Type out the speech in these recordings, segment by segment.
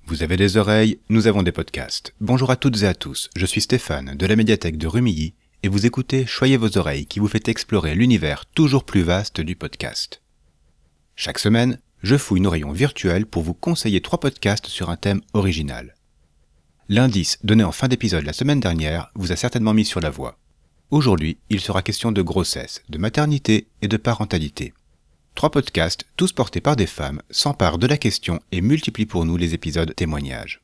Vous avez des oreilles, nous avons des podcasts. Bonjour à toutes et à tous, je suis Stéphane de la médiathèque de Rumilly et vous écoutez Choyez vos oreilles qui vous fait explorer l'univers toujours plus vaste du podcast. Chaque semaine, je fouille nos rayons virtuels pour vous conseiller 3 podcasts sur un thème original. L'indice donné en fin d'épisode la semaine dernière vous a certainement mis sur la voie. Aujourd'hui, il sera question de grossesse, de maternité et de parentalité. 3 podcasts, tous portés par des femmes, s'emparent de la question et multiplient pour nous les épisodes témoignages.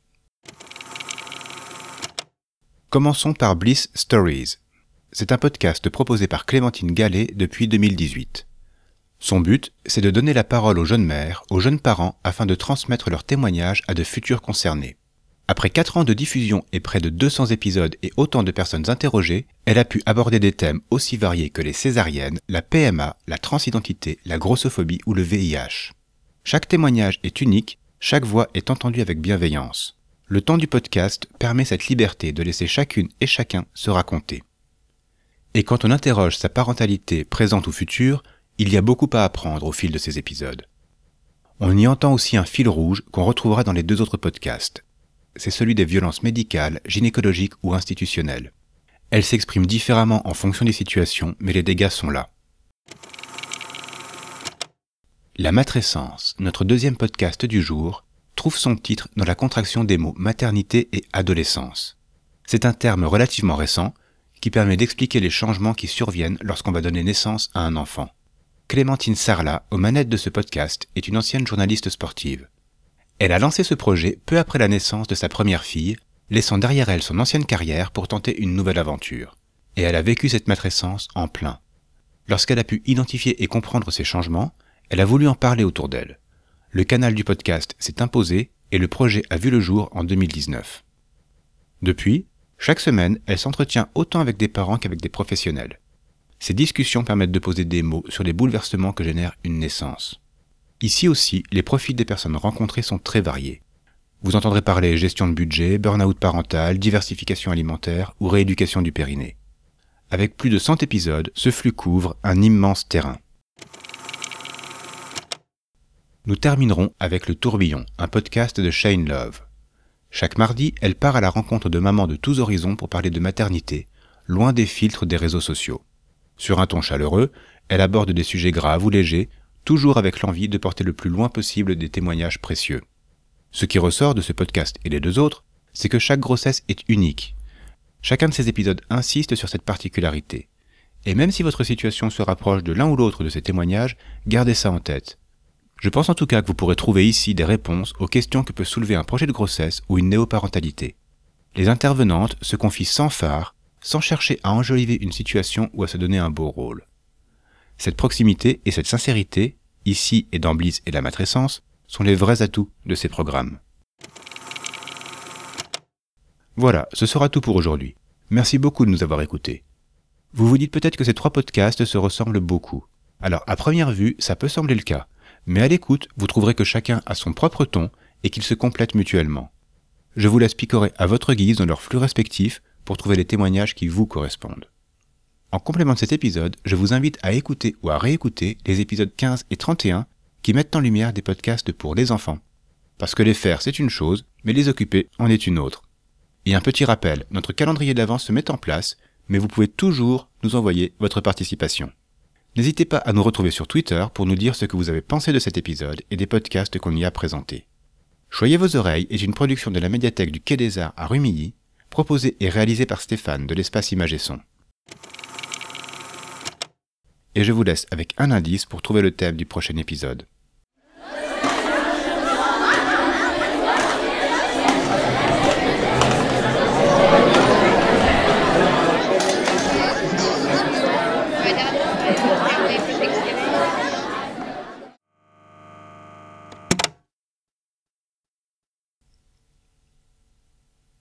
Commençons par Bliss Stories. C'est un podcast proposé par Clémentine Gallet depuis 2018. Son but, c'est de donner la parole aux jeunes mères, aux jeunes parents, afin de transmettre leurs témoignages à de futurs concernés. Après 4 ans de diffusion et près de 200 épisodes et autant de personnes interrogées, elle a pu aborder des thèmes aussi variés que les césariennes, la PMA, la transidentité, la grossophobie ou le VIH. Chaque témoignage est unique, chaque voix est entendue avec bienveillance. Le temps du podcast permet cette liberté de laisser chacune et chacun se raconter. Et quand on interroge sa parentalité présente ou future, il y a beaucoup à apprendre au fil de ces épisodes. On y entend aussi un fil rouge qu'on retrouvera dans les 2 autres podcasts. C'est celui des violences médicales, gynécologiques ou institutionnelles. Elles s'expriment différemment en fonction des situations, mais les dégâts sont là. La matrescence, notre 2e podcast du jour, trouve son titre dans la contraction des mots maternité et adolescence. C'est un terme relativement récent qui permet d'expliquer les changements qui surviennent lorsqu'on va donner naissance à un enfant. Clémentine Sarlat, aux manettes de ce podcast, est une ancienne journaliste sportive. Elle a lancé ce projet peu après la naissance de sa première fille, laissant derrière elle son ancienne carrière pour tenter une nouvelle aventure. Et elle a vécu cette matrescence en plein. Lorsqu'elle a pu identifier et comprendre ces changements, elle a voulu en parler autour d'elle. Le canal du podcast s'est imposé et le projet a vu le jour en 2019. Depuis, chaque semaine, elle s'entretient autant avec des parents qu'avec des professionnels. Ces discussions permettent de poser des mots sur les bouleversements que génère une naissance. Ici aussi, les profils des personnes rencontrées sont très variés. Vous entendrez parler gestion de budget, burn-out parental, diversification alimentaire ou rééducation du périnée. Avec plus de 100 épisodes, ce flux couvre un immense terrain. Nous terminerons avec Le Tourbillon, un podcast de Shane Love. Chaque mardi, elle part à la rencontre de mamans de tous horizons pour parler de maternité, loin des filtres des réseaux sociaux. Sur un ton chaleureux, elle aborde des sujets graves ou légers, toujours avec l'envie de porter le plus loin possible des témoignages précieux. Ce qui ressort de ce podcast et les 2 autres, c'est que chaque grossesse est unique. Chacun de ces épisodes insiste sur cette particularité. Et même si votre situation se rapproche de l'un ou l'autre de ces témoignages, gardez ça en tête. Je pense en tout cas que vous pourrez trouver ici des réponses aux questions que peut soulever un projet de grossesse ou une néoparentalité. Les intervenantes se confient sans phare, sans chercher à enjoliver une situation ou à se donner un beau rôle. Cette proximité et cette sincérité, ici et dans Bliss et la matrescence, sont les vrais atouts de ces programmes. Voilà, ce sera tout pour aujourd'hui. Merci beaucoup de nous avoir écoutés. Vous vous dites peut-être que ces 3 podcasts se ressemblent beaucoup. Alors, à première vue, ça peut sembler le cas. Mais à l'écoute, vous trouverez que chacun a son propre ton et qu'ils se complètent mutuellement. Je vous laisse picorer à votre guise dans leurs flux respectifs pour trouver les témoignages qui vous correspondent. En complément de cet épisode, je vous invite à écouter ou à réécouter les épisodes 15 et 31 qui mettent en lumière des podcasts pour les enfants. Parce que les faire, c'est une chose, mais les occuper en est une autre. Et un petit rappel, notre calendrier d'avance se met en place, mais vous pouvez toujours nous envoyer votre participation. N'hésitez pas à nous retrouver sur Twitter pour nous dire ce que vous avez pensé de cet épisode et des podcasts qu'on y a présentés. Choyez vos oreilles est une production de la médiathèque du Quai des Arts à Rumilly, proposée et réalisée par Stéphane de l'Espace Images et Son. Et je vous laisse avec un indice pour trouver le thème du prochain épisode. Ouais,